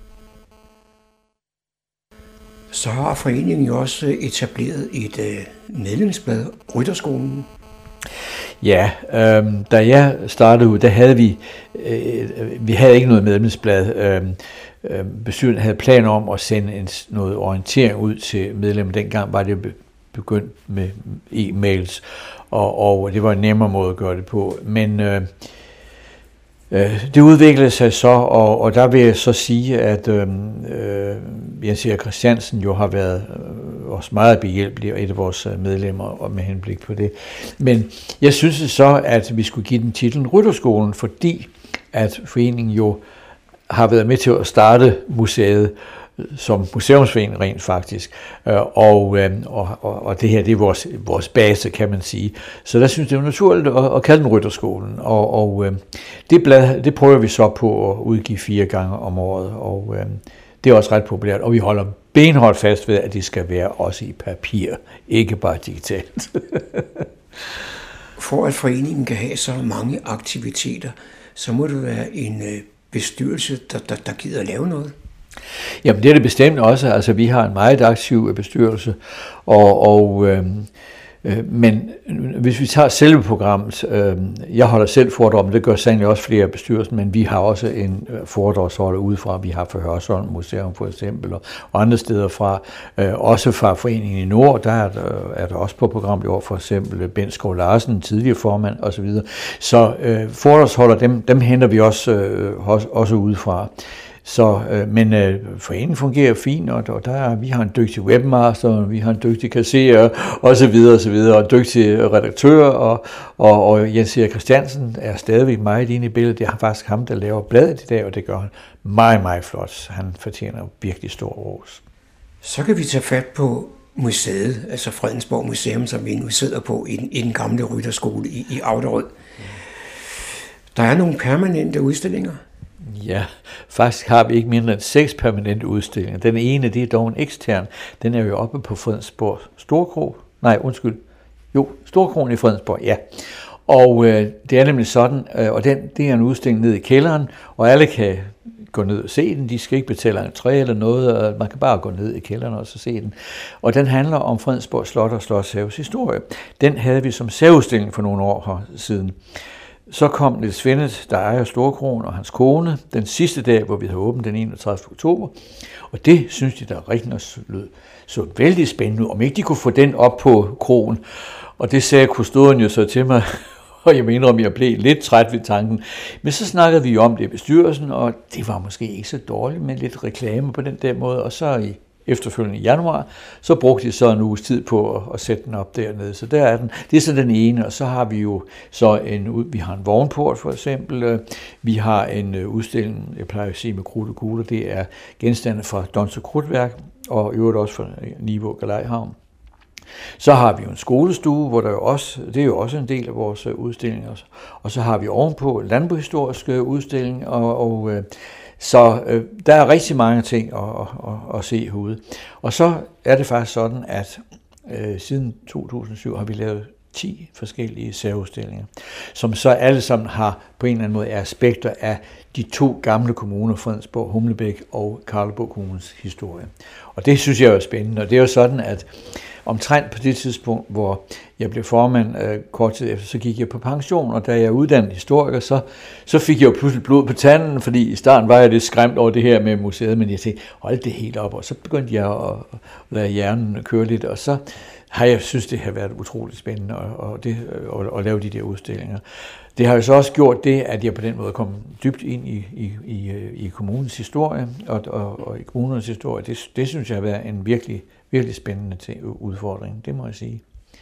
Så har foreningen jo også etableret et øh, medlemsblad, Rytterskolen. Ja, øh, da jeg startede ud, der havde vi, øh, vi havde ikke noget medlemsblad. Øh, øh, bestyrelsen havde planer om at sende en, noget orientering ud til medlemmer. Dengang var det begyndt med e-mails, og, og det var en nemmere måde at gøre det på. Men øh, det udviklede sig så, og, og der vil jeg så sige, at øh, Jens Erik Christiansen jo har været øh, også meget behjælpelig, og et af vores medlemmer og med henblik på det. Men jeg synes så, at vi skulle give den titlen Rytterskolen, fordi at foreningen jo har været med til at starte museet som museumsforening rent faktisk, og, og, og, og det her, det er vores, vores base, kan man sige. Så der synes jeg, det er naturligt at, at kalde den Rytterskolen, og, og det blad, det prøver vi så på at udgive fire gange om året, og det er også ret populært, og vi holder benholdt fast ved, at det skal være også i papir, ikke bare digitalt. For at foreningen kan have så mange aktiviteter, så må det være en bestyrelse, der, der, der gider at lave noget. Jamen det er det bestemt også. Altså vi har en meget aktiv bestyrelse, og, og øh, øh, men hvis vi tager selve programmet, øh, jeg holder selv foredrag, men det gør sandelig også flere af bestyrelsen, men vi har også en foredragsholder udefra. Vi har fra Hørsholm Museum for eksempel, og, og andre steder fra, øh, også fra Foreningen i Nord, der er der, er der også på programmet i år, for eksempel Bent Skov Larsen, tidligere formand osv. Så, så øh, foredragsholder, dem, dem henter vi også, øh, også, også udefra. Så, øh, men øh, foreningen fungerer fint, og, og der, vi har en dygtig webmaster, vi har en dygtig kasserer, og så videre, og så videre, og dygtig redaktør, og, og, og Jens Erik Christiansen er stadigvæk meget inde i billedet. Det er faktisk ham, der laver bladet i dag, og det gør han meget, meget flot. Han fortjener virkelig stor ros. Så kan vi tage fat på museet, altså Fredensborg Museum, som vi nu sidder på i den, i den gamle rytterskole i, i Auderød. Der er nogle permanente udstillinger. Ja, faktisk har vi ikke mindre end seks permanente udstillinger. Den ene, det er dog en ekstern. Den er jo oppe på Fredensborg Storkro. Nej, undskyld. Jo, Storkroen i Fredensborg, ja. Og øh, det er nemlig sådan, øh, og den, det er en udstilling nede i kælderen, og alle kan gå ned og se den. De skal ikke betale entré eller noget, og man kan bare gå ned i kælderen og så se den. Og den handler om Fredensborg Slot og Slotshaves historie. Den havde vi som særudstilling for nogle år her siden. Så kom Niels Svennet, der ejer Storkroen, og hans kone, den sidste dag, hvor vi havde åbent den enogtredivte oktober. Og det synes de, der rigtig lød så vældig spændende, om ikke de kunne få den op på kroen. Og det sagde kustodien jo så til mig, og jeg mener, om jeg blev lidt træt ved tanken. Men så snakkede vi om det i bestyrelsen, og det var måske ikke så dårligt med lidt reklame på den der måde. Og så i efterfølgende i januar, så brugte de så en uges tid på at, at sætte den op dernede. Så der er den. Det er så den ene, og så har vi jo så en, vi har en vognport for eksempel, vi har en udstilling, jeg plejer at sige med krudt og kugler, det er genstande fra Donse Krudtværk, og i øvrigt også fra Nivå Galejhavn. Så har vi jo en skolestue, hvor der jo også, det er jo også en del af vores udstillinger, og så har vi ovenpå landbohistoriske udstilling, og, og så øh, der er rigtig mange ting at, at, at se herude. Og så er det faktisk sådan, at øh, siden to tusind og syv har vi lavet ti forskellige særudstillinger, som så alle sammen har på en eller anden måde aspekter af de to gamle kommuner, Fredensborg, Humlebæk og Karlebo kommunens historie. Og det synes jeg er spændende, og det er jo sådan, at omtrent på det tidspunkt, hvor jeg blev formand øh, kort tid efter, så gik jeg på pension, og da jeg er uddannet historiker, så, så fik jeg jo pludselig blod på tanden, fordi i starten var jeg lidt skræmt over det her med museet, men jeg tænkte, hold det helt op, og så begyndte jeg at, at lade hjernen køre lidt, og så har jeg synes, det har været utroligt spændende at, og det, at, at lave de der udstillinger. Det har jo så også gjort det, at jeg på den måde kom dybt ind i, i, i, i kommunens historie, og, og, og i kommunernes historie. Det, det synes jeg har været en virkelig, virkelig spændende udfordring, det må jeg sige.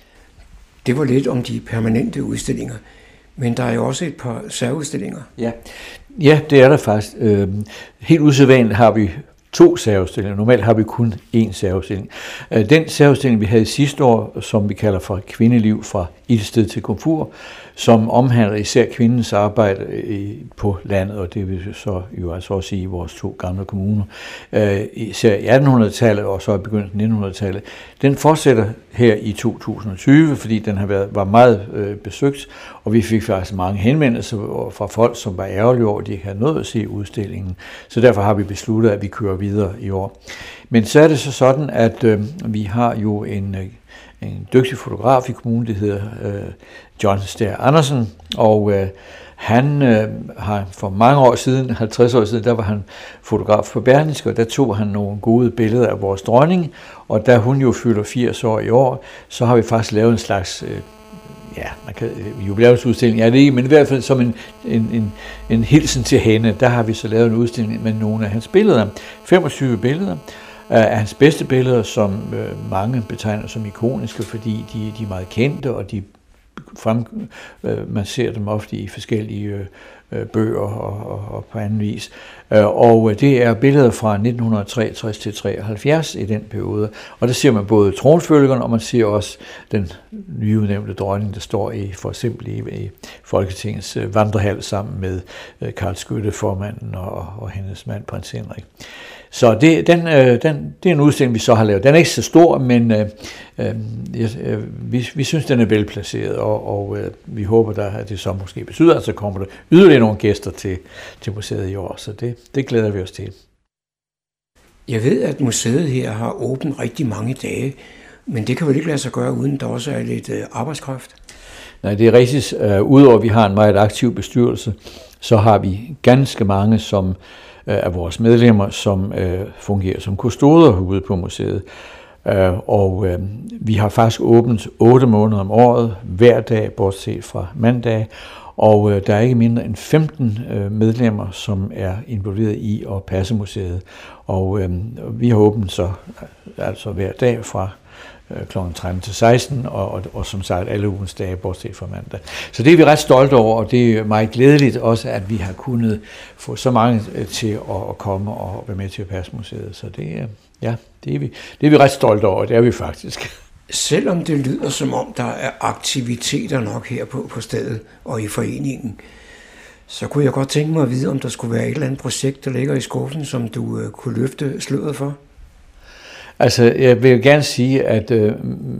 Det var lidt om de permanente udstillinger, men der er jo også et par særudstillinger. Ja, ja det er der faktisk. Helt usædvanligt har vi to særudstillinger. Normalt har vi kun én særudstilling. Den særudstilling, vi havde sidste år, som vi kalder for Kvindeliv fra ildsted til komfur, som omhandler især kvindens arbejde på landet, og det vil så jo altså også sige i vores to gamle kommuner, især i attenhundredetallet og så i begyndelsen af nittenhundredetallet. Den fortsætter her i to tusind og tyve, fordi den har været, var meget øh, besøgt, og vi fik faktisk mange henvendelser fra folk, som var ærgerlige over, at de ikke havde nået at se udstillingen. Så derfor har vi besluttet, at vi kører videre i år. Men så er det så sådan, at øh, vi har jo en, en dygtig fotograf i kommunen, det hedder øh, John Stær Andersen, og øh, han øh, har for mange år siden, halvtreds år siden, der var han fotograf på Berlingske, og der tog han nogle gode billeder af vores dronning, og da hun jo fylder firs år i år, så har vi faktisk lavet en slags, øh, ja, man kan, jubilæumsudstilling, er det ikke, men i hvert fald som en, en, en, en hilsen til hende, der har vi så lavet en udstilling med nogle af hans billeder, femogtyve billeder, af hans bedste billeder, som øh, mange betegner som ikoniske, fordi de, de er meget kendte, og de frem, øh, man ser dem ofte i forskellige øh, bøger og, og, og på anden vis. Øh, og det er billeder fra nitten treogtres til treoghalvfjerds i den periode, og der ser man både tronfølgeren, og man ser også den nyudnævnte dronning, der står i for eksempel i, i Folketingets øh, vandrehal sammen med øh, Karl Skytte, formanden, og, og hendes mand, prins Henrik. Så det, den, øh, den, det er en udstilling, vi så har lavet. Den er ikke så stor, men øh, øh, vi, vi synes, den er velplaceret, og, og øh, vi håber, der, at det så måske betyder, at så kommer der yderligere nogle gæster til, til museet i år, så det, det glæder vi os til. Jeg ved, at museet her har åbent rigtig mange dage, men det kan vel ikke lade sig gøre, uden der også er lidt øh, arbejdskraft? Nej, det er rigtigt. Uh, Udover at vi har en meget aktiv bestyrelse, så har vi ganske mange som af vores medlemmer, som øh, fungerer som kustoder ude på museet. Øh, og øh, vi har faktisk åbent otte måneder om året, hver dag, bortset fra mandag. Og øh, der er ikke mindre end femten øh, medlemmer, som er involveret i at passe museet. Og øh, vi har åbent så altså hver dag fra klokken tretten til seksten, og, og, og som sagt alle ugens dage, bortset fra mandag. Så det er vi ret stolte over, og det er meget glædeligt også, at vi har kunnet få så mange til at, at komme og være med til at passe museet. Så det er, ja, det er, vi, det er vi ret stolte over, det er vi faktisk. Selvom det lyder som om, der er aktiviteter nok her på, på stedet og i foreningen, så kunne jeg godt tænke mig at vide, om der skulle være et eller andet projekt, der ligger i skuffen, som du uh, kunne løfte sløret for. Altså, jeg vil gerne sige, at øh,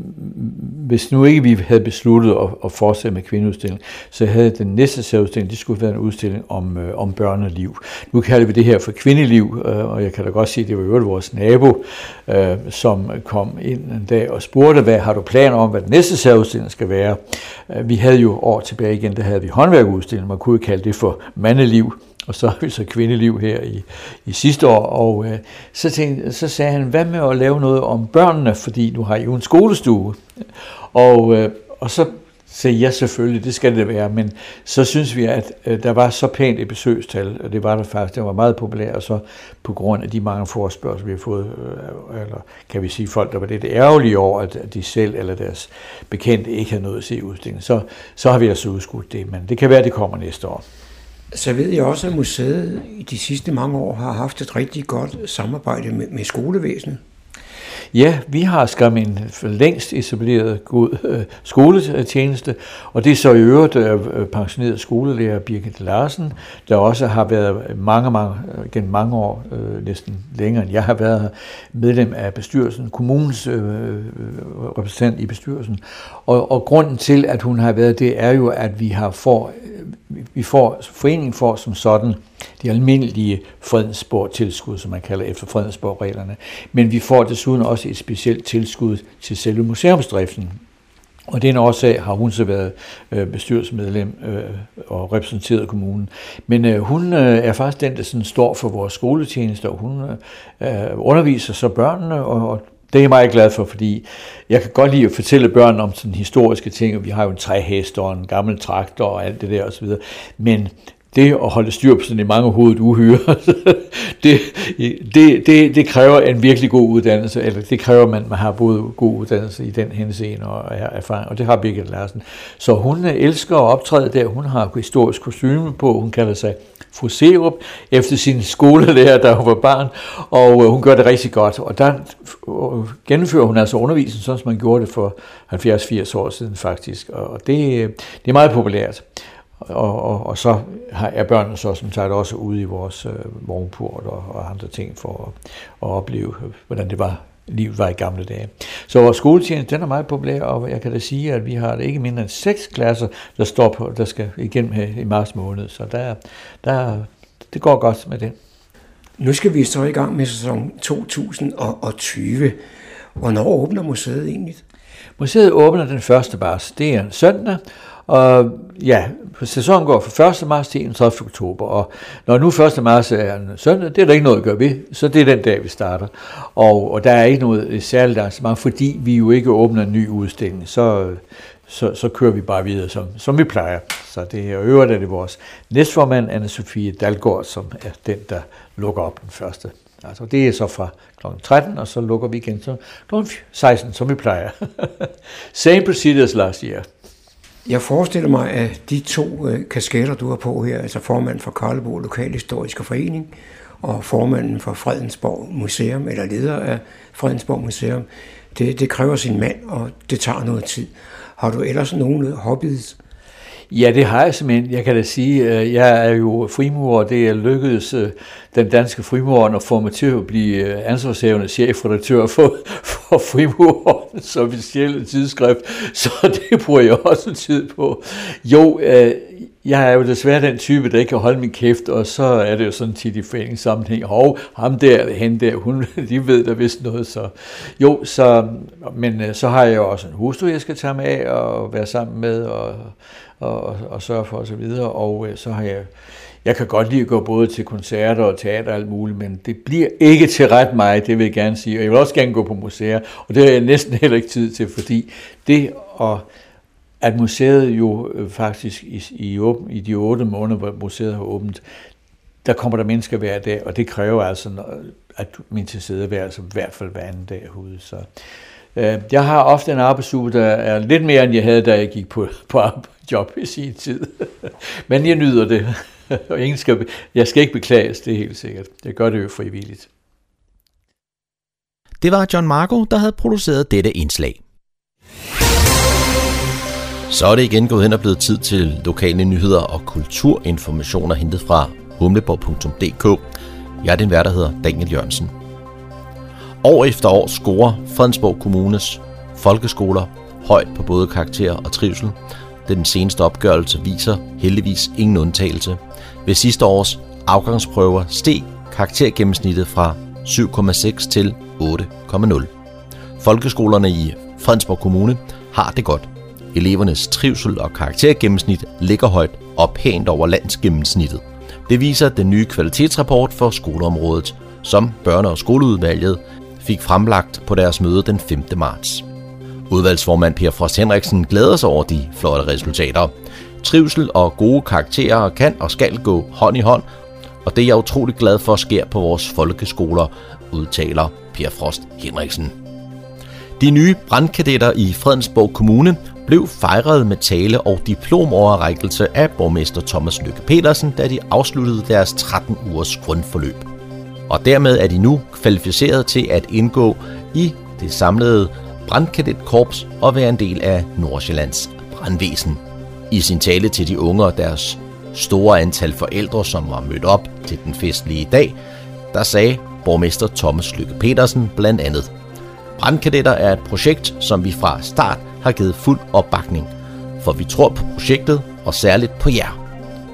hvis nu ikke vi havde besluttet at, at fortsætte med kvindeudstilling, så havde den næste særudstilling, det skulle være en udstilling om, øh, om børneliv. Nu kalder vi det her for kvindeliv, øh, og jeg kan da godt sige, at det var jo vores nabo, øh, som kom ind en dag og spurgte, hvad har du planer om, hvad den næste særudstilling skal være? Vi havde jo år tilbage igen, der havde vi håndværkudstilling, man kunne kalde det for mandeliv. Og så har vi så kvindeliv her i, i sidste år, og øh, så, tænkte, så sagde han, hvad med at lave noget om børnene, fordi nu har I jo en skolestue. Og, øh, og så sagde jeg selvfølgelig, det skal det være, men så synes vi, at øh, der var så pænt et besøgstal, og det var der faktisk, det var meget populært, og så på grund af de mange forespørgsler, vi har fået, øh, eller kan vi sige folk, der var lidt ærgerlige over, at de selv eller deres bekendte ikke havde noget at se udstillingen, så, så har vi altså udskudt det, men det kan være, at det kommer næste år. Så ved jeg også, at museet i de sidste mange år har haft et rigtig godt samarbejde med, med skolevæsenet. Ja, vi har skam en for længst etableret god øh, skoletjeneste, og det er så i øvrigt øh, pensioneret skolelærer Birgit Larsen, der også har været mange, mange, gennem mange år, øh, næsten længere end jeg har været medlem af bestyrelsen, kommunens øh, repræsentant i bestyrelsen. Og, og grunden til, at hun har været det, er jo, at vi har får, vi får, foreningen får som sådan de almindelige Fredensborg-tilskud, som man kalder efter Fredensborg-reglerne. Men vi får desuden også et specielt tilskud til selve museumsdriften. Og den årsag har hun så været bestyrelsesmedlem og repræsenteret kommunen. Men hun er faktisk den, der sådan står for vores skoletjeneste, og hun underviser så børnene, og det er jeg meget glad for, fordi jeg kan godt lide at fortælle børn om sådan historiske ting, og vi har jo en træhest og en gammel traktor og alt det der osv. Men det at holde styr på sådan en mange hovedet uhyre, det, det, det, det kræver en virkelig god uddannelse, eller det kræver, at man, man har både god uddannelse i den henseende og erfaring, og det har Birgit Larsen. Så hun elsker at optræde der, hun har historisk kostyme på, hun kalder sig Fru Serup, efter sin skolelærer, da hun var barn, og hun gør det rigtig godt, og der gennemfører hun altså undervisning, sådan som man gjorde det for halvfjerds til firs år siden faktisk, og det, det er meget populært. Og, og, og så er børnene så som sagt også ude i vores øh, vognport og, og andre ting for at, at opleve, hvordan det var, livet var i gamle dage. Så vores skoletjeneste, den er meget populær, og jeg kan da sige, at vi har ikke mindre end seks klasser, der står på, der skal igennem her i marts måned, så der, der, det går godt med det. Nu skal vi så i gang med sæson to tusind og tyve. Hvornår åbner museet egentlig? Museet åbner den første marts, det er en søndag, og ja, sæsonen går fra første marts til enogtredivte oktober, og når nu første marts er en søndag, det er der ikke noget at gøre ved, så det er den dag, vi starter. Og, og der er ikke noget særligt arrangement, fordi vi jo ikke åbner en ny udstilling, så, så, så kører vi bare videre, som, som vi plejer. Så det er øvrigt, er det vores næstformand, Anne-Sophie Dalgaard, som er den, der lukker op den første. Altså det er så fra klokken tretten, og så lukker vi igen til klokken seksten, som vi plejer. Same procedures last year. Jeg forestiller mig, at de to øh, kasketter, du har på her, altså formanden for Karlebo Lokalhistoriske Forening og formanden for Fredensborg Museum, eller leder af Fredensborg Museum, det, det kræver sin mand, og det tager noget tid. Har du ellers nogle hobbies? Ja, det har jeg simpelthen. Jeg kan da sige, at jeg er jo frimurer, det er lykkedes den danske frimurer at få mig til at blive ansvarshavende chefredaktør for, for frimurerens officielle tidsskrift, så det bruger jeg også tid på. Jo, jeg er jo desværre den type, der ikke kan holde min kæft, og så er det jo sådan tit i foreningssammenhæng, hov, ham der, hende der, hun, de ved der vist noget, så jo, så, men så har jeg jo også en hustru, jeg skal tage med af og være sammen med, og Og, og sørge for og så videre, og øh, så har jeg, jeg kan godt lide at gå både til koncerter og teater og alt muligt, men det bliver ikke til ret meget, det vil jeg gerne sige, og jeg vil også gerne gå på museer, og det har jeg næsten heller ikke tid til, fordi det, og, at museet jo øh, faktisk i, i, åben, i de otte måneder, hvor museet har åbent, der kommer der mennesker hver dag, og det kræver altså, at min tilstedeværelse i hvert fald hver anden dag herude, så jeg har ofte en arbejdsuge, der er lidt mere, end jeg havde, da jeg gik på, på job i sin tid. Men jeg nyder det, og ingen skal, jeg skal ikke beklages, det er helt sikkert. Jeg gør det jo frivilligt. Det var John Marco, der havde produceret dette indslag. Så er det igen gået hen og blevet tid til lokale nyheder og kulturinformationer hentet fra humleborg punktum d k. Jeg er din vært, der hedder Daniel Jørgensen. År efter år scorer Fredensborg Kommunes folkeskoler højt på både karakter og trivsel. Den seneste opgørelse viser heldigvis ingen undtagelse. Ved sidste års afgangsprøver steg karaktergennemsnittet fra syv komma seks til otte komma nul. Folkeskolerne i Fredensborg Kommune har det godt. Elevernes trivsel og karaktergennemsnit ligger højt og pænt over landsgennemsnittet. Det viser den nye kvalitetsrapport for skoleområdet, som Børne- og Skoleudvalget fik fremlagt på deres møde den femte marts. Udvalgsformand Per Frost Henriksen glæder sig over de flotte resultater. Trivsel og gode karakterer kan og skal gå hånd i hånd, og det er jeg utrolig glad for sker på vores folkeskoler, udtaler Per Frost Henriksen. De nye brandkadetter i Fredensborg Kommune blev fejret med tale og diplomoverrækkelse af borgmester Thomas Lykke Petersen, da de afsluttede deres tretten ugers grundforløb. Og dermed er de nu kvalificeret til at indgå i det samlede brandkadetkorps og være en del af Nordsjællands brandvæsen. I sin tale til de unge og deres store antal forældre, som var mødt op til den festlige dag, der sagde borgmester Thomas Lykke Petersen blandt andet: Brandkadetter er et projekt, som vi fra start har givet fuld opbakning, for vi tror på projektet og særligt på jer.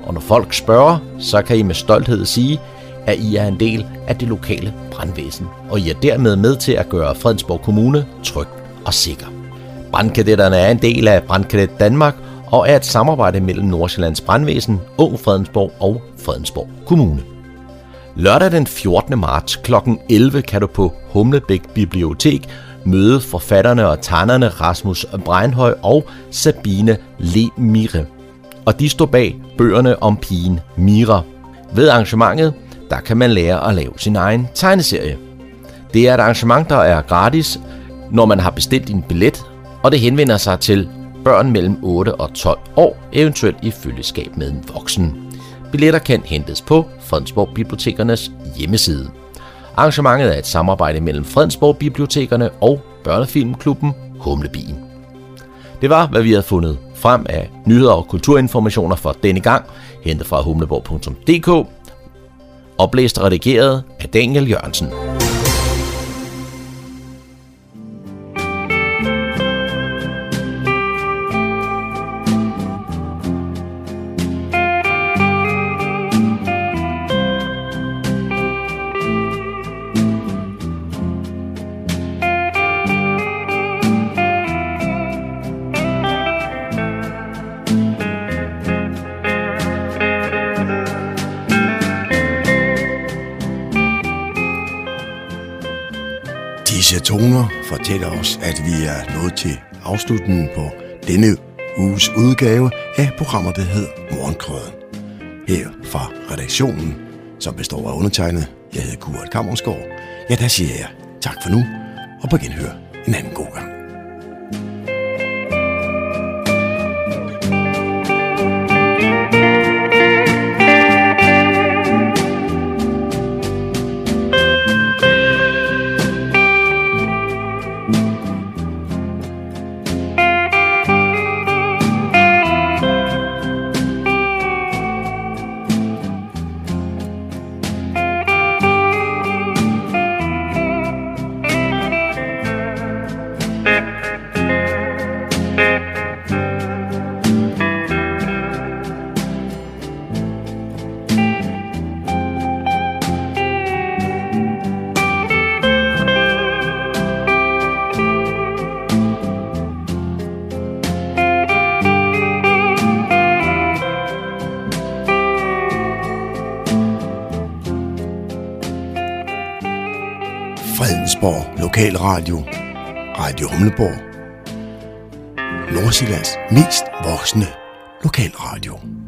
Og når folk spørger, så kan I med stolthed sige, at I er en del af det lokale brandvæsen, og I er dermed med til at gøre Fredensborg Kommune tryg og sikker. Brandkadetterne er en del af Brandkadet Danmark og er et samarbejde mellem Nordsjællands Brandvæsen, Ung Fredensborg og Fredensborg Kommune. Lørdag den fjortende marts klokken elleve kan du på Humlebæk Bibliotek møde forfatterne og tegnerne Rasmus Breinhøj og Sabine Lemire. Og de står bag bøgerne om pigen Mira. Ved arrangementet, der kan man lære at lave sin egen tegneserie. Det er et arrangement, der er gratis, når man har bestilt en billet, og det henvender sig til børn mellem otte og tolv år, eventuelt i følgeskab med en voksen. Billetter kan hentes på Fredensborg Bibliotekernes hjemmeside. Arrangementet er et samarbejde mellem Fredensborg Bibliotekerne og børnefilmklubben Humlebien. Det var, hvad vi havde fundet frem af nyheder og kulturinformationer for denne gang, hentet fra humleborg punktum d k. Oplæst og redigeret af Daniel Jørgensen. Disse toner fortæller os, at vi er nået til afslutningen på denne uges udgave af programmet, der hedder Morgenkrøden. Her fra redaktionen, som består af undertegnet, jeg hedder Kurt Kammersgaard. Ja, der siger jeg tak for nu, og på genhør en anden god gang. Fredensborg Lokalradio, Radio Humleborg, Nordsjællands mest voksne lokalradio.